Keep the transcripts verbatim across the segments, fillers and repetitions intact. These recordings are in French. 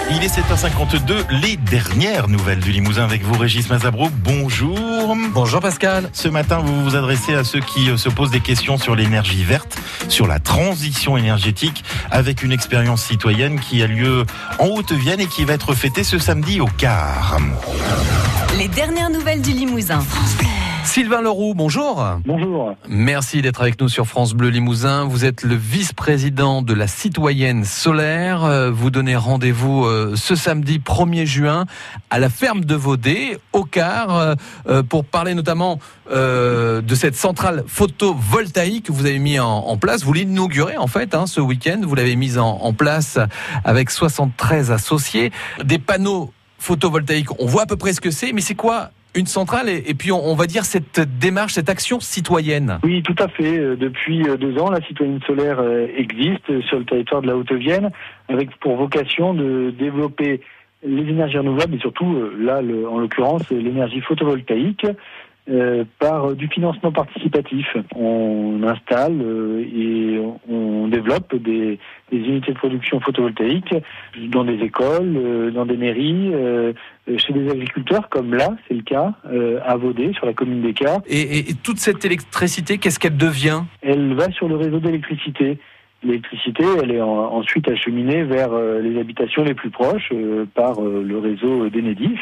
Il est sept heures cinquante-deux, les dernières nouvelles du Limousin avec vous, Régis Mazabro. Bonjour. Bonjour Pascal. Ce matin, vous vous adressez à ceux qui se posent des questions sur l'énergie verte, sur la transition énergétique, avec une expérience citoyenne qui a lieu en Haute-Vienne et qui va être fêtée ce samedi au Car. Les dernières nouvelles du Limousin. Sylvain Leroux, bonjour. Bonjour. Merci d'être avec nous sur France Bleu Limousin. Vous êtes le vice-président de la citoyenne solaire. Vous donnez rendez-vous ce samedi premier juin à la ferme de Vaudé, au Car, pour parler notamment de cette centrale photovoltaïque que vous avez mis en place. Vous l'inaugurez en fait hein, ce week-end. Vous l'avez mise en, en place avec soixante-treize associés. Des panneaux photovoltaïques, on voit à peu près ce que c'est, mais c'est quoi une centrale et, et puis on, on va dire cette démarche, cette action citoyenne? Oui, tout à fait. Depuis deux ans, la citoyenne solaire existe sur le territoire de la Haute-Vienne avec pour vocation de développer les énergies renouvelables et surtout, là, le, en l'occurrence, l'énergie photovoltaïque euh, par du financement participatif. On installe euh, et on développe des, des unités de production photovoltaïque dans des écoles, euh, dans des mairies, euh, chez des agriculteurs, comme là, c'est le cas, euh, à Vaudé, sur la commune des Cars. Et, et, et toute cette électricité, qu'est-ce qu'elle devient? Elle va sur le réseau d'électricité. L'électricité, elle est en, ensuite acheminée vers euh, les habitations les plus proches euh, par euh, le réseau d'Enedis.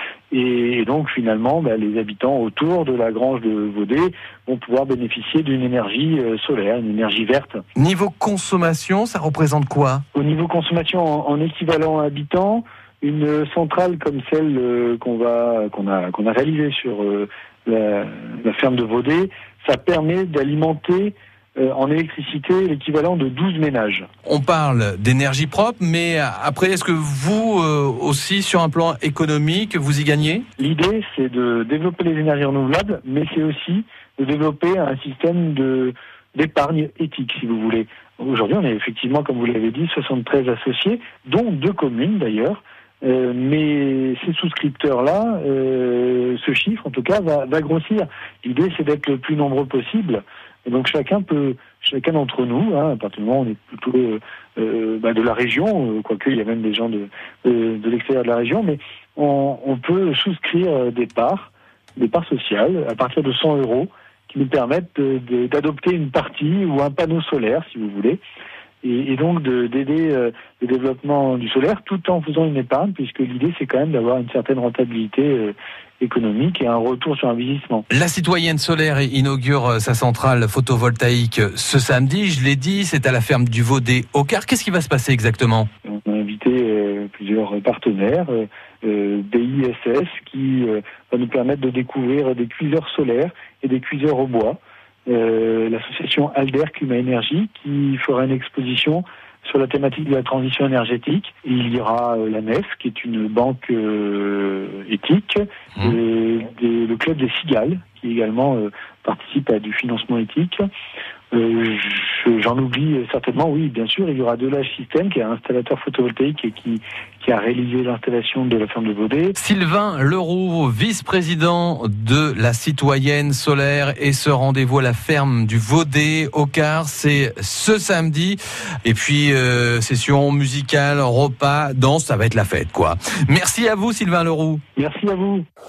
Et, et donc, finalement, bah, les habitants autour de la grange de Vaudé vont pouvoir bénéficier d'une énergie euh, solaire, une énergie verte. Niveau consommation, ça représente quoi? Au niveau consommation en, en équivalent habitant, une centrale comme celle euh, qu'on va qu'on a qu'on a réalisée sur euh, la, la ferme de Vaudé, ça permet d'alimenter euh, en électricité l'équivalent de douze ménages. On parle d'énergie propre, mais après, est-ce que vous euh, aussi, sur un plan économique, vous y gagnez? L'idée, c'est de développer les énergies renouvelables, mais c'est aussi de développer un système de d'épargne éthique, si vous voulez. Aujourd'hui, on est effectivement, comme vous l'avez dit, soixante-treize associés, dont deux communes d'ailleurs. Euh, mais ces souscripteurs-là, euh, ce chiffre en tout cas, va, va grossir. L'idée, c'est d'être le plus nombreux possible. Et donc chacun peut, chacun d'entre nous, hein, à partir du moment où on est plutôt euh, euh, bah, de la région, euh, quoique il y a même des gens de, de, de l'extérieur de la région, mais on, on peut souscrire des parts, des parts sociales à partir de cent euros qui nous permettent de, de, d'adopter une partie ou un panneau solaire, si vous voulez. Et, et donc de, d'aider euh, le développement du solaire tout en faisant une épargne, puisque l'idée c'est quand même d'avoir une certaine rentabilité euh, économique et un retour sur investissement. La citoyenne solaire inaugure sa centrale photovoltaïque ce samedi, je l'ai dit, c'est à la ferme du Vaudé au Car. Qu'est-ce qui va se passer exactement? On a invité euh, plusieurs partenaires, euh, B I S S, qui euh, va nous permettre de découvrir des cuiseurs solaires et des cuiseurs au bois. Euh, l'association Alder Climat Énergie qui fera une exposition sur la thématique de la transition énergétique. Et il y aura euh, la N E F, qui est une banque euh, éthique, mmh. et, et le club des Cigales, qui également euh, participe à du financement éthique. Euh, je, j'en oublie certainement, oui, bien sûr, il y aura Delage System, qui est un installateur photovoltaïque et qui, qui a réalisé l'installation de la ferme de Vaudé. Sylvain Leroux, vice-président de la citoyenne solaire, et ce rendez-vous à la ferme du Vaudé au Car, c'est ce samedi. Et puis, euh, session musicale, repas, danse, ça va être la fête, quoi. Merci à vous, Sylvain Leroux. Merci à vous.